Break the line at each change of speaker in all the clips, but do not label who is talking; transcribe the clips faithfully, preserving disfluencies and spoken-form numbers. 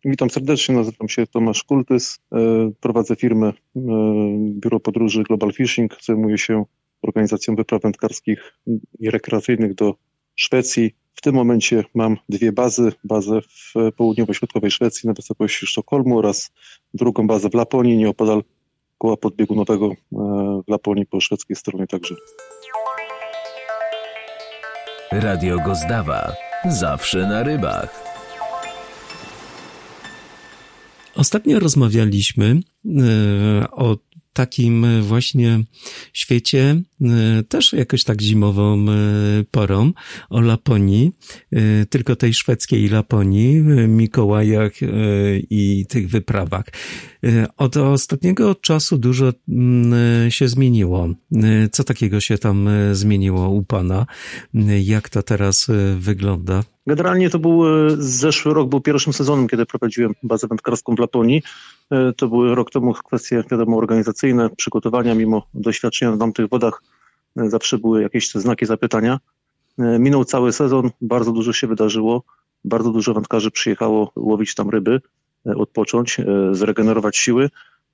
Witam serdecznie, nazywam się Tomasz Kultys, prowadzę firmę Biuro Podróży Global Fishing, zajmuję się organizacją wypraw wędkarskich i rekreacyjnych do Szwecji. W tym momencie mam dwie bazy, bazę w południowo-środkowej Szwecji na wysokości Sztokholmu oraz drugą bazę w Laponii, nieopodal koła podbiegunowego w Laponii po szwedzkiej stronie także.
Radio Gozdawa. Zawsze na rybach.
Ostatnio rozmawialiśmy o takim właśnie świecie, też jakoś tak zimową porą, o Laponii, tylko tej szwedzkiej Laponii, Mikołajach i tych wyprawach. Od ostatniego czasu dużo się zmieniło. Co takiego się tam zmieniło u pana? Jak to teraz wygląda?
Generalnie to był zeszły rok, był pierwszym sezonem, kiedy prowadziłem bazę wędkarską w Laponii. To były rok temu kwestie, wiadomo, organizacyjne, przygotowania, mimo doświadczenia na tamtych wodach zawsze były jakieś znaki zapytania. Minął cały sezon, bardzo dużo się wydarzyło, bardzo dużo wędkarzy przyjechało łowić tam ryby, odpocząć, zregenerować siły.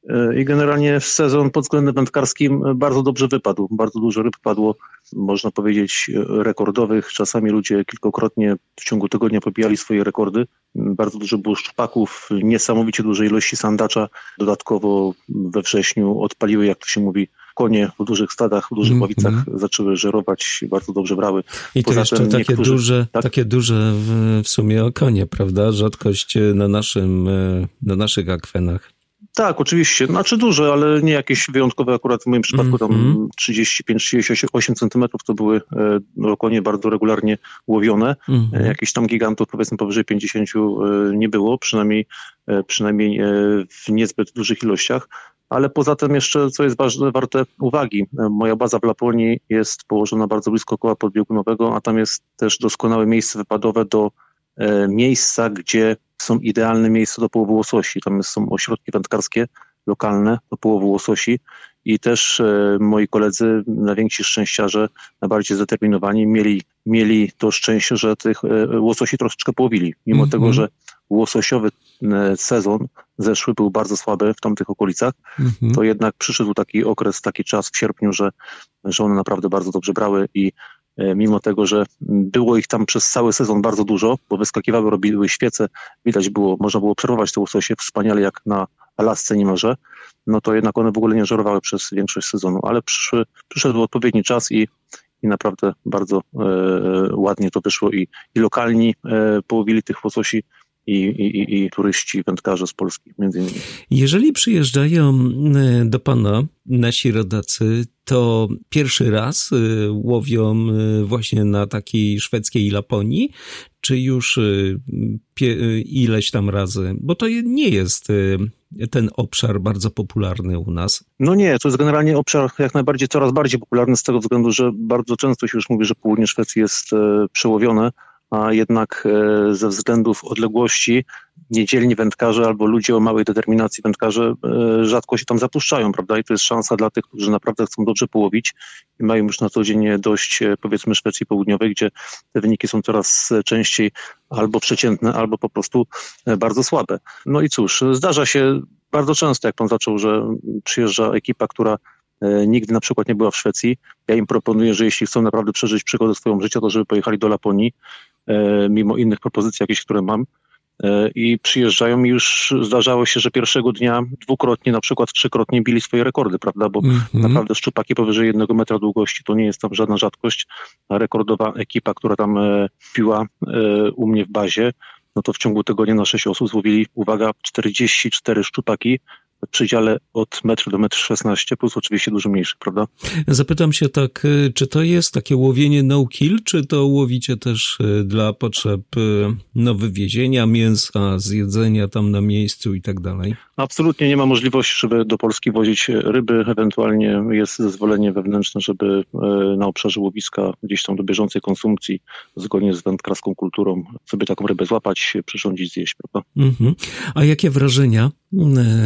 I generalnie sezon pod względem wędkarskim bardzo dobrze wypadł. Bardzo dużo ryb padło, można powiedzieć, rekordowych. Czasami ludzie kilkakrotnie w ciągu tygodnia pobijali swoje rekordy. Bardzo dużo było szczupaków, niesamowicie duże ilości sandacza. Dodatkowo we wrześniu odpaliły, jak to się mówi, konie w dużych stadach, w dużych łowicach mm-hmm. zaczęły żerować, bardzo dobrze brały.
I to jeszcze takie niektórzy... duże, tak? takie duże w, w sumie konie, prawda? Rzadkość na naszym, na naszych akwenach.
Tak, oczywiście. Znaczy duże, ale nie jakieś wyjątkowe. Akurat w moim przypadku tam mm-hmm. trzydzieści pięć trzydzieści osiem centymetrów to były no, konie bardzo regularnie łowione. Mm-hmm. Jakichś tam gigantów powiedzmy powyżej pięćdziesięciu nie było, przynajmniej, przynajmniej w niezbyt dużych ilościach. Ale poza tym jeszcze, co jest ważne, warte uwagi, moja baza w Laponii jest położona bardzo blisko koła podbiegunowego, a tam jest też doskonałe miejsce wypadowe do e, miejsca, gdzie są idealne miejsca do połowu łososi. Tam są ośrodki wędkarskie lokalne do połowu łososi i też e, moi koledzy, najwięksi szczęściarze, najbardziej zdeterminowani, mieli, mieli to szczęście, że tych e, łososi troszeczkę połowili. Mimo mm-hmm. tego, że łososiowy sezon zeszły był bardzo słaby w tamtych okolicach, mm-hmm. to jednak przyszedł taki okres, taki czas w sierpniu, że, że one naprawdę bardzo dobrze brały i e, mimo tego, że było ich tam przez cały sezon bardzo dużo, bo wyskakiwały, robiły świece, widać było, można było obserwować te łososie wspaniale jak na Alasce niemalże, no to jednak one w ogóle nie żerowały przez większość sezonu, ale przyszły, przyszedł odpowiedni czas i i naprawdę bardzo e, ładnie to wyszło i, i lokalni e, połowili tych łososi i, i, i turyści, wędkarze z Polski między innymi.
Jeżeli przyjeżdżają do pana nasi rodacy, to pierwszy raz łowią właśnie na takiej szwedzkiej Laponii, czy już pie- ileś tam razy? Bo to nie jest ten obszar bardzo popularny u nas.
No nie, to jest generalnie obszar jak najbardziej coraz bardziej popularny z tego względu, że bardzo często się już mówi, że południe Szwecji jest e, przełowione, a jednak e, ze względów odległości niedzielni wędkarze albo ludzie o małej determinacji wędkarze e, rzadko się tam zapuszczają, prawda? I to jest szansa dla tych, którzy naprawdę chcą dobrze połowić i mają już na co dzień dość, e, powiedzmy, Szwecji Południowej, gdzie te wyniki są coraz częściej albo przeciętne, albo po prostu e, bardzo słabe. No i cóż, zdarza się bardzo często, jak pan zaczął, że przyjeżdża ekipa, która e, nigdy na przykład nie była w Szwecji. Ja im proponuję, że jeśli chcą naprawdę przeżyć przygodę swoją życia, to żeby pojechali do Laponii, mimo innych propozycji jakieś, które mam i przyjeżdżają i już zdarzało się, że pierwszego dnia dwukrotnie, na przykład trzykrotnie bili swoje rekordy, prawda, bo mm-hmm. naprawdę szczupaki powyżej jednego metra długości to nie jest tam żadna rzadkość, a rekordowa ekipa, która tam piła u mnie w bazie, no to w ciągu tygodnia na sześć osób złowili, uwaga, czterdzieści cztery szczupaki w przedziale od metra do metra szesnaście, plus oczywiście dużo mniejszy, prawda?
Zapytam się tak, czy to jest takie łowienie no-kill, czy to łowicie też dla potrzeb no, wywiezienia mięsa, zjedzenia tam na miejscu i tak dalej?
Absolutnie nie ma możliwości, żeby do Polski wozić ryby, ewentualnie jest zezwolenie wewnętrzne, żeby na obszarze łowiska gdzieś tam do bieżącej konsumpcji, zgodnie z wędkarską kulturą, sobie taką rybę złapać, przyrządzić, zjeść, prawda?
Mhm. A jakie wrażenia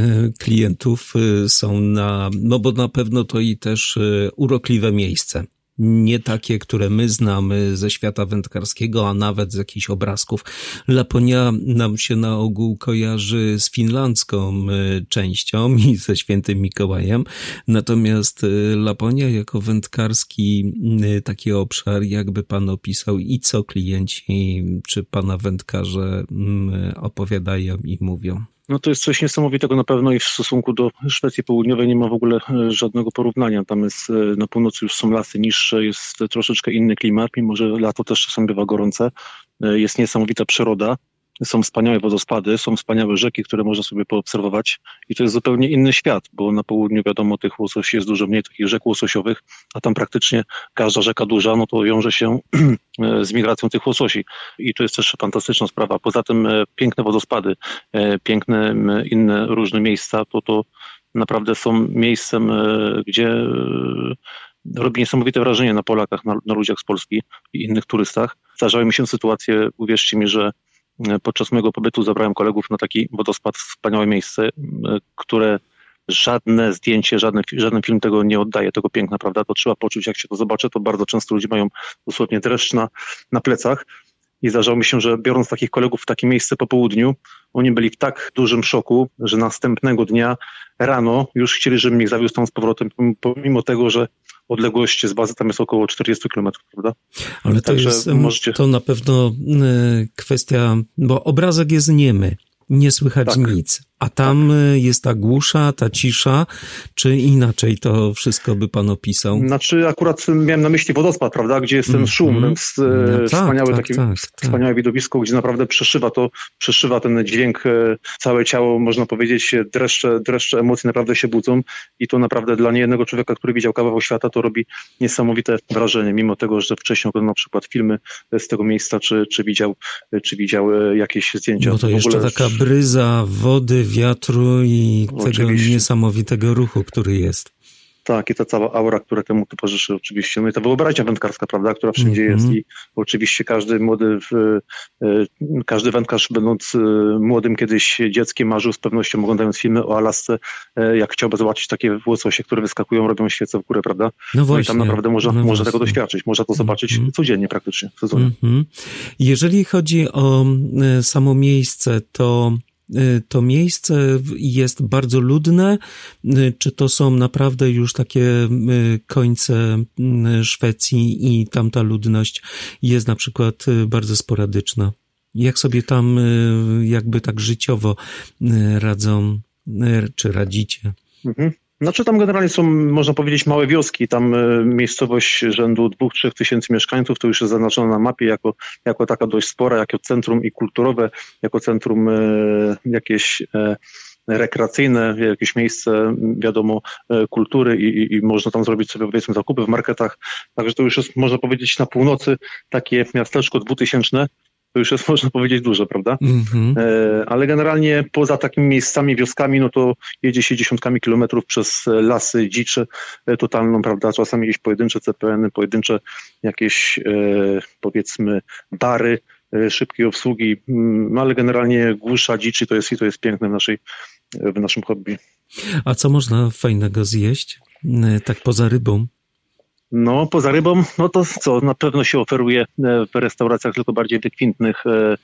klientów są na, no bo na pewno to i też urokliwe miejsce. nie takie, które my znamy ze świata wędkarskiego, a nawet z jakichś obrazków. Laponia nam się na ogół kojarzy z finlandzką częścią i ze Świętym Mikołajem, natomiast Laponia jako wędkarski taki obszar, jakby pan opisał i co klienci czy pana wędkarze opowiadają i mówią?
No to jest coś niesamowitego na pewno i w stosunku do Szwecji Południowej nie ma w ogóle żadnego porównania. Tam jest na północy już są lasy niższe, jest troszeczkę inny klimat, mimo że lato też czasem bywa gorące. Jest niesamowita przyroda, są wspaniałe wodospady, są wspaniałe rzeki, które można sobie poobserwować i to jest zupełnie inny świat, bo na południu wiadomo tych łososi jest dużo mniej takich rzek łososiowych, a tam praktycznie każda rzeka duża, no to wiąże się z migracją tych łososi i to jest też fantastyczna sprawa. Poza tym piękne wodospady, piękne inne różne miejsca, to to naprawdę są miejscem, gdzie robi niesamowite wrażenie na Polakach, na, na ludziach z Polski i innych turystach. Zdarzały mi się sytuacje, uwierzcie mi, że podczas mojego pobytu zabrałem kolegów na taki wodospad, wspaniałe miejsce, które żadne zdjęcie, żadne, żaden film tego nie oddaje, tego piękna, prawda? To trzeba poczuć, jak się to zobaczy, to bardzo często ludzie mają dosłownie dreszcz na, na plecach. I zdarzało mi się, że biorąc takich kolegów w takie miejsce po południu, oni byli w tak dużym szoku, że następnego dnia rano już chcieli, żebym ich zawiózł tam z powrotem, pomimo tego, że odległość z bazy tam jest około czterdzieści kilometrów, prawda?
Ale to Także jest możecie... to na pewno kwestia, bo obrazek jest niemy, nie słychać tak. nic, a tam tak. jest ta głusza, ta cisza, czy inaczej to wszystko by pan opisał?
Znaczy akurat miałem na myśli wodospad, prawda, gdzie jest ten mm-hmm. szum, no, wspaniałe tak, takie tak, wspaniałe tak. widowisko, gdzie naprawdę przeszywa to, przeszywa ten dźwięk, całe ciało, można powiedzieć, dreszcze, dreszcze emocji naprawdę się budzą i to naprawdę dla niejednego człowieka, który widział kawał świata, to robi niesamowite wrażenie, mimo tego, że wcześniej oglądał na przykład filmy z tego miejsca, czy, czy widział, czy widział jakieś zdjęcia.
Bo to jeszcze ogóle... taka bryza wody, wiatru i
oczywiście.
Tego niesamowitego ruchu, który jest.
Tak, i ta cała aura, która temu towarzyszy oczywiście. No i ta wyobraźnia wędkarska, prawda, która wszędzie mm-hmm. jest i oczywiście każdy młody, każdy wędkarz będąc młodym kiedyś dzieckiem marzył z pewnością oglądając filmy o Alasce, jak chciałby zobaczyć takie łososie, które wyskakują, robią świece w górę, prawda? No właśnie. No i tam naprawdę można, no można tego doświadczyć, można to zobaczyć mm-hmm. codziennie praktycznie w sezonie. Mm-hmm.
Jeżeli chodzi o samo miejsce, to to miejsce jest bardzo ludne, czy to są naprawdę już takie końce Szwecji i tamta ludność jest na przykład bardzo sporadyczna? Jak sobie tam jakby tak życiowo radzą, czy radzicie? Mhm.
Znaczy tam generalnie są, można powiedzieć, małe wioski, tam miejscowość rzędu dwóch, trzech tysięcy mieszkańców, to już jest zaznaczone na mapie jako, jako taka dość spora, jako centrum i kulturowe, jako centrum e, jakieś e, rekreacyjne, jakieś miejsce, wiadomo, e, kultury i, i, i można tam zrobić sobie, powiedzmy, zakupy w marketach, także to już jest, można powiedzieć, na północy takie miasteczko dwutysięczne. To już jest, można powiedzieć, dużo, prawda? Mm-hmm. E, ale generalnie poza takimi miejscami, wioskami, no to jedzie się dziesiątkami kilometrów przez lasy, dziczy e, totalną, prawda? Czasami jakieś pojedyncze C P N-y, pojedyncze jakieś, e, powiedzmy, bary, e, szybkiej obsługi, no ale generalnie głusza dziczy to jest i to jest piękne w, naszej, w naszym hobby.
A co można fajnego zjeść, tak poza rybą?
No, poza rybą, no to co, na pewno się oferuje w restauracjach tylko bardziej wykwintnych,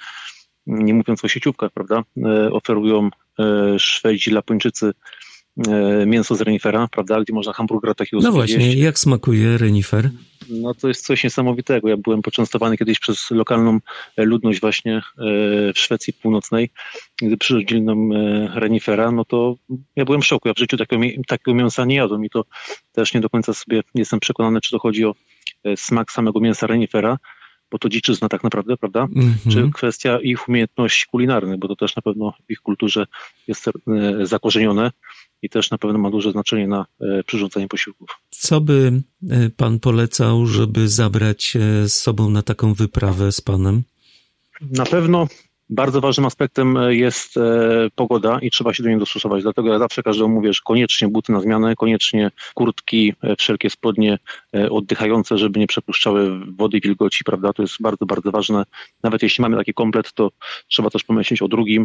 nie mówiąc o sieciówkach, prawda, oferują Szwedzi, Lapończycy mięso z renifera, prawda, gdzie można hamburgera takiego
No właśnie, jeść. Jak smakuje renifer?
No to jest coś niesamowitego. Ja byłem poczęstowany kiedyś przez lokalną ludność właśnie w Szwecji Północnej, gdy przyrządzili nam renifera, no to ja byłem w szoku. Ja w życiu takiego, takiego mięsa nie jadłem i to też nie do końca sobie jestem przekonany, czy to chodzi o smak samego mięsa renifera, bo to dziczyzna tak naprawdę, prawda? Mm-hmm. Czy kwestia ich umiejętności kulinarnych, bo to też na pewno w ich kulturze jest zakorzenione i też na pewno ma duże znaczenie na przyrządzanie posiłków.
Co by pan polecał, żeby zabrać z sobą na taką wyprawę z panem?
Na pewno bardzo ważnym aspektem jest pogoda i trzeba się do niej dostosować. Dlatego ja zawsze każdemu mówię, że koniecznie buty na zmianę, koniecznie kurtki, wszelkie spodnie oddychające, żeby nie przepuszczały wody i wilgoci, prawda? To jest bardzo, bardzo ważne. Nawet jeśli mamy taki komplet, to trzeba też pomyśleć o drugim.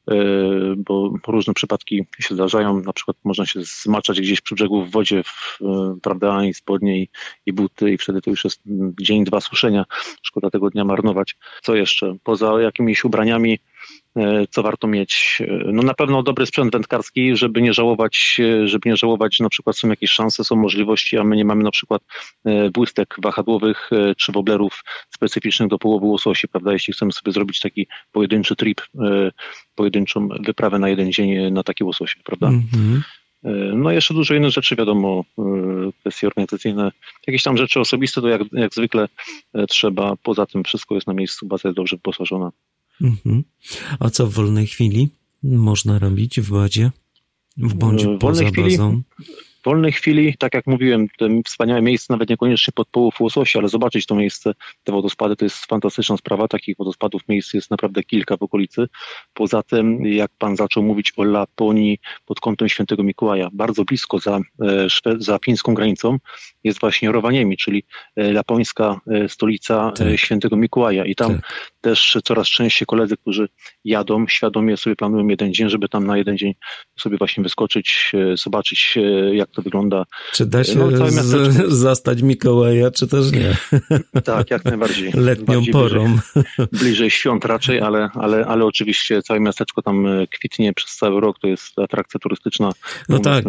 bo różne przypadki się zdarzają, na przykład można się zmaczać gdzieś przy brzegu w wodzie, w, prawda, i spodnie, i, i buty, i wtedy to już jest dzień, dwa suszenia, szkoda tego dnia marnować. Co jeszcze? Poza jakimiś ubraniami, co warto mieć? No na pewno dobry sprzęt wędkarski, żeby nie żałować, żeby nie żałować, że na przykład są jakieś szanse, są możliwości, a my nie mamy na przykład błystek wahadłowych czy woblerów specyficznych do połowu łososi, prawda? Jeśli chcemy sobie zrobić taki pojedynczy trip, pojedynczą wyprawę na jeden dzień na takie łososie, prawda? Mm-hmm. No i jeszcze dużo innych rzeczy, wiadomo, kwestie organizacyjne, jakieś tam rzeczy osobiste, to jak, jak zwykle trzeba, poza tym wszystko jest na miejscu, baza jest dobrze wyposażona.
Mm-hmm. A co w wolnej chwili można robić w bazie? Bądź w poza bazą?
W wolnej chwili, tak jak mówiłem, to wspaniałe miejsce, nawet niekoniecznie pod połów łososia, ale zobaczyć to miejsce, te wodospady, to jest fantastyczna sprawa. Takich wodospadów miejsc jest naprawdę kilka w okolicy. Poza tym, jak pan zaczął mówić o Laponii pod kątem Świętego Mikołaja, bardzo blisko za, za fińską granicą jest właśnie Rovaniemi, czyli lapońska stolica tak. Świętego Mikołaja. I tam tak. też coraz częściej koledzy, którzy jadą, świadomie sobie planują jeden dzień, żeby tam na jeden dzień sobie właśnie wyskoczyć, zobaczyć, jak to wygląda.
Czy da się no, z, zastać Mikołaja, czy też nie?
Tak, jak najbardziej.
Letnią
bardziej
porą.
Bliżej, bliżej świąt raczej, ale, ale, ale oczywiście całe miasteczko tam kwitnie przez cały rok, to jest atrakcja turystyczna.
No tak,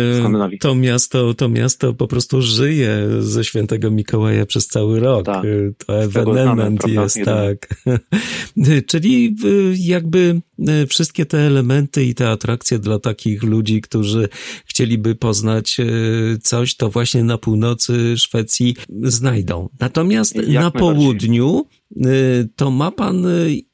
to miasto, to miasto po prostu żyje ze Świętego Mikołaja przez cały rok. Tak, to ewenement znamy, jest, jeden. Tak. Czyli jakby wszystkie te elementy i te atrakcje dla takich ludzi, którzy chcieliby poznać coś, to właśnie na północy Szwecji znajdą. Natomiast Jak na południu to ma pan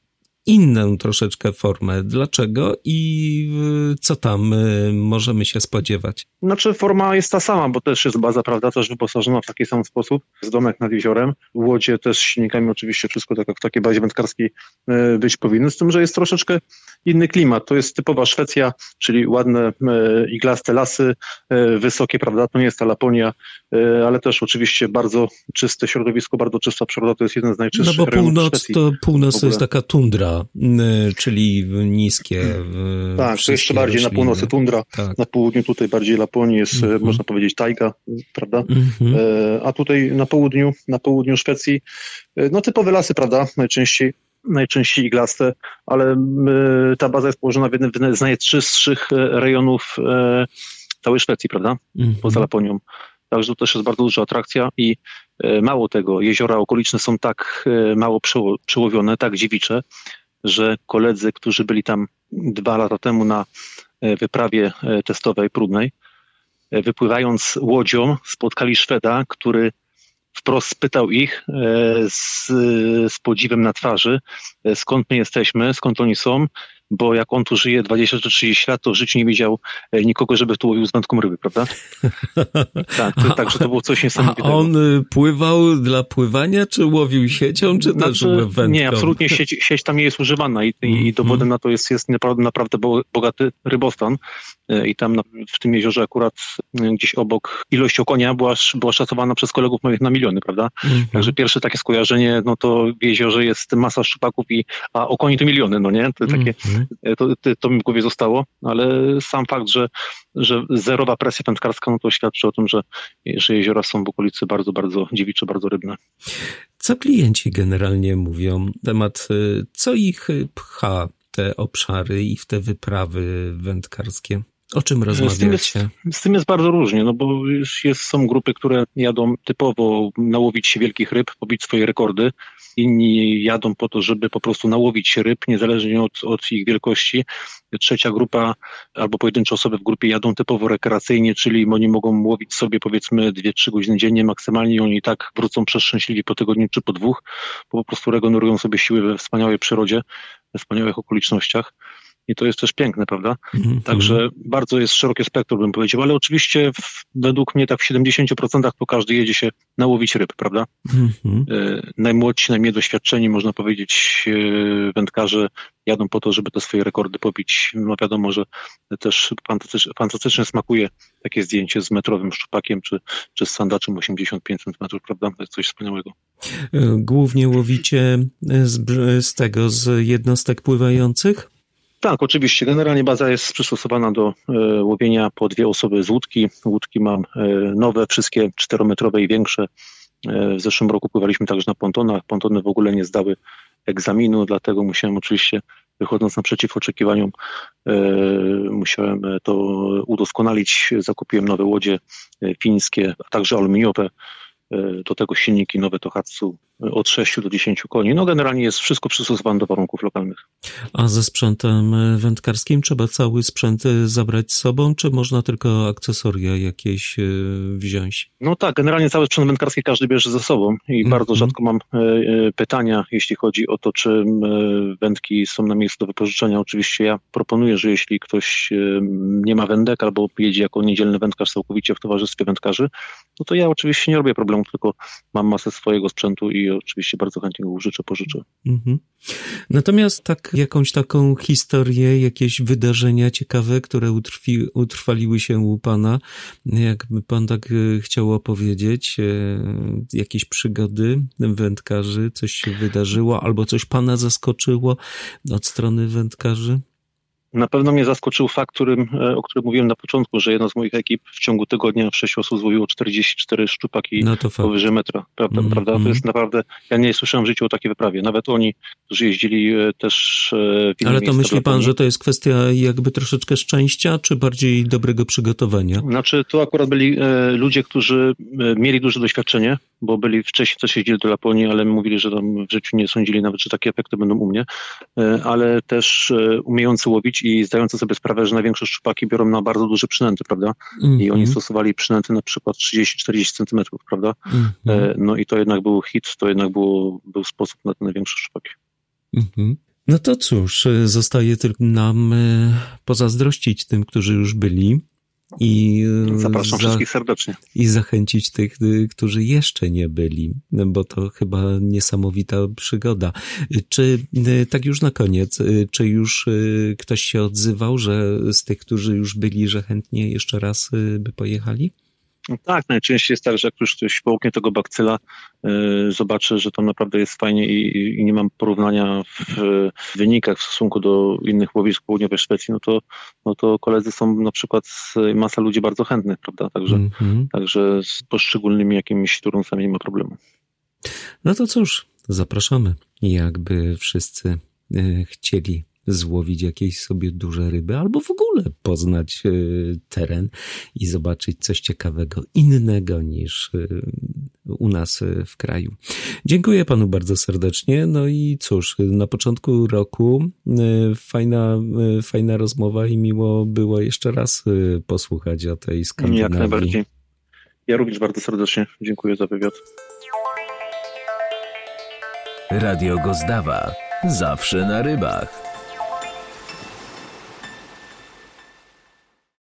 inną troszeczkę formę. Dlaczego i co tam możemy się spodziewać?
Znaczy forma jest ta sama, bo też jest baza, prawda, też wyposażona w taki sam sposób, z domek nad jeziorem. Łodzie też z silnikami, oczywiście wszystko tak jak w takiej bazie wędkarskiej być powinno, z tym, że jest troszeczkę inny klimat. To jest typowa Szwecja, czyli ładne iglaste lasy, wysokie, prawda, to nie jest ta Laponia, ale też oczywiście bardzo czyste środowisko, bardzo czysta przyroda, to jest jeden z najczystszych
rejonów Szwecji. No bo północ, to północ to jest taka tundra, czyli niskie.
Tak, to jeszcze bardziej rośliny. Na północy tundra, tak. Na południu tutaj bardziej Laponii jest, mm-hmm. można powiedzieć, tajga, prawda? Mm-hmm. A tutaj na południu, na południu Szwecji, no typowe lasy, prawda? Najczęściej, najczęściej iglaste, ale ta baza jest położona w jednym z najczystszych rejonów całej Szwecji, prawda? Mm-hmm. Poza Laponią. Także to też jest bardzo duża atrakcja i mało tego, jeziora okoliczne są tak mało przełowione, tak dziewicze, że koledzy, którzy byli tam dwa lata temu na wyprawie testowej, próbnej, wypływając łodzią, spotkali Szweda, który wprost spytał ich z, z podziwem na twarzy, skąd my jesteśmy, skąd oni są, bo jak on tu żyje dwadzieścia czy trzydzieści lat, to w życiu nie widział nikogo, żeby tu łowił z wędką ryby, prawda? Tak, to, także to było coś niesamowitego.
A on pływał dla pływania, czy łowił siecią, czy znaczy, też wędką?
Nie, absolutnie sieć, sieć tam nie jest używana i, i, i dowodem mm. na to jest, jest naprawdę, naprawdę bogaty rybostan i tam na, w tym jeziorze akurat gdzieś obok ilość okonia była, była szacowana przez kolegów moich na miliony, prawda? Mm. Także pierwsze takie skojarzenie, no to w jeziorze jest masa szczupaków, i, a okoni to miliony, no nie? To takie mm. To, to, to mi w głowie zostało, ale sam fakt, że, że zerowa presja wędkarska, no to świadczy o tym, że, że jeziora są w okolicy bardzo, bardzo dziewicze, bardzo rybne.
Co klienci generalnie mówią na temat, co ich pcha te obszary i w te wyprawy wędkarskie? O czym rozmawiacie? Z tym jest,
z tym jest bardzo różnie, no bo jest, są grupy, które jadą typowo nałowić się wielkich ryb, pobić swoje rekordy. Inni jadą po to, żeby po prostu nałowić ryb, niezależnie od, od ich wielkości. Trzecia grupa albo pojedyncze osoby w grupie jadą typowo rekreacyjnie, czyli oni mogą łowić sobie powiedzmy dwie trzy godziny dziennie maksymalnie i oni i tak wrócą przeszczęśliwi po tygodniu czy po dwóch, bo po prostu regenerują sobie siły we wspaniałej przyrodzie, we wspaniałych okolicznościach. I to jest też piękne, prawda? Mm-hmm. Także bardzo jest szerokie spektrum, bym powiedział, ale oczywiście w, według mnie tak w siedemdziesiąt procent to każdy jedzie się nałowić ryb, prawda? Mm-hmm. E, najmłodsi, najmniej doświadczeni, można powiedzieć, e, wędkarze jadą po to, żeby te swoje rekordy pobić. No wiadomo, że też fantastycz, fantastycznie smakuje takie zdjęcie z metrowym szczupakiem, czy, czy z sandaczem osiemdziesiąt pięć centymetrów, prawda? To jest coś wspaniałego.
Głównie łowicie z, z tego, z jednostek pływających?
Tak, oczywiście. Generalnie baza jest przystosowana do e, łowienia po dwie osoby z łódki. Łódki mam e, nowe, wszystkie czterometrowe i większe. E, w zeszłym roku pływaliśmy także na pontonach. Pontony w ogóle nie zdały egzaminu, dlatego musiałem oczywiście, wychodząc naprzeciw oczekiwaniom, e, musiałem to udoskonalić. Zakupiłem nowe łodzie e, fińskie, a także aluminiowe. Do tego silniki nowe Tohatsu od sześciu do dziesięciu koni. No generalnie jest wszystko przystosowane do warunków lokalnych.
A ze sprzętem wędkarskim trzeba cały sprzęt zabrać z sobą, czy można tylko akcesoria jakieś wziąć?
No tak, generalnie cały sprzęt wędkarski każdy bierze ze sobą i mm-hmm. bardzo rzadko mam pytania, jeśli chodzi o to, czy wędki są na miejscu do wypożyczenia. Oczywiście ja proponuję, że jeśli ktoś nie ma wędek albo jedzie jako niedzielny wędkarz całkowicie w towarzystwie wędkarzy, no to ja oczywiście nie robię problemu, tylko mam masę swojego sprzętu i oczywiście bardzo chętnie go użyczę, pożyczę. Mm-hmm.
Natomiast tak jakąś taką historię, jakieś wydarzenia ciekawe, które utrwi, utrwaliły się u pana, jakby pan tak chciał opowiedzieć, jakieś przygody wędkarzy, coś się wydarzyło albo coś pana zaskoczyło od strony wędkarzy?
Na pewno mnie zaskoczył fakt, którym, o którym mówiłem na początku, że jedna z moich ekip w ciągu tygodnia w sześciu osób złowiło czterdzieści cztery szczupaki no powyżej metra. Prawda? Mm, prawda? Mm. To jest naprawdę, ja nie słyszałem w życiu o takiej wyprawie. Nawet oni, którzy jeździli też w inne
Ale to myśli pan, że to jest kwestia jakby troszeczkę szczęścia, czy bardziej dobrego przygotowania?
Znaczy, tu akurat byli ludzie, którzy mieli duże doświadczenie, bo byli wcześniej też jeździli do Laponii, ale mówili, że tam w życiu nie sądzili nawet, że takie efekty będą u mnie, ale też umiejący łowić i zdający sobie sprawę, że największe szczupaki biorą na bardzo duże przynęty, prawda? Mm-hmm. I oni stosowali przynęty na przykład trzydzieści czterdzieści centymetrów, prawda? Mm-hmm. No i to jednak był hit, to jednak było, był sposób na te największe szczupaki.
Mm-hmm. No to cóż, zostaje tylko nam pozazdrościć tym, którzy już byli. I
zapraszam za, wszystkich serdecznie.
I zachęcić tych, którzy jeszcze nie byli, bo to chyba niesamowita przygoda. Czy, tak już na koniec, czy już ktoś się odzywał, że z tych, którzy już byli, że chętnie jeszcze raz by pojechali?
No tak, najczęściej jest tak, że jak już ktoś połknie tego bakcyla, yy, zobaczy, że tam naprawdę jest fajnie i, i nie mam porównania w, w wynikach w stosunku do innych łowisk południowej Szwecji, no to, no to koledzy są na przykład, masa ludzi bardzo chętnych, prawda, także, mm-hmm. także z poszczególnymi jakimiś turunsami nie ma problemu.
No to cóż, zapraszamy, jakby wszyscy yy, chcieli złowić jakieś sobie duże ryby, albo w ogóle poznać y, teren i zobaczyć coś ciekawego, innego niż y, u nas y, w kraju. Dziękuję panu bardzo serdecznie. No i cóż, na początku roku y, fajna, y, fajna rozmowa i miło było jeszcze raz y, posłuchać o tej Skandynawii.
Jak najbardziej. Ja również bardzo serdecznie dziękuję za wywiad.
Radio Gozdawa. Zawsze na rybach.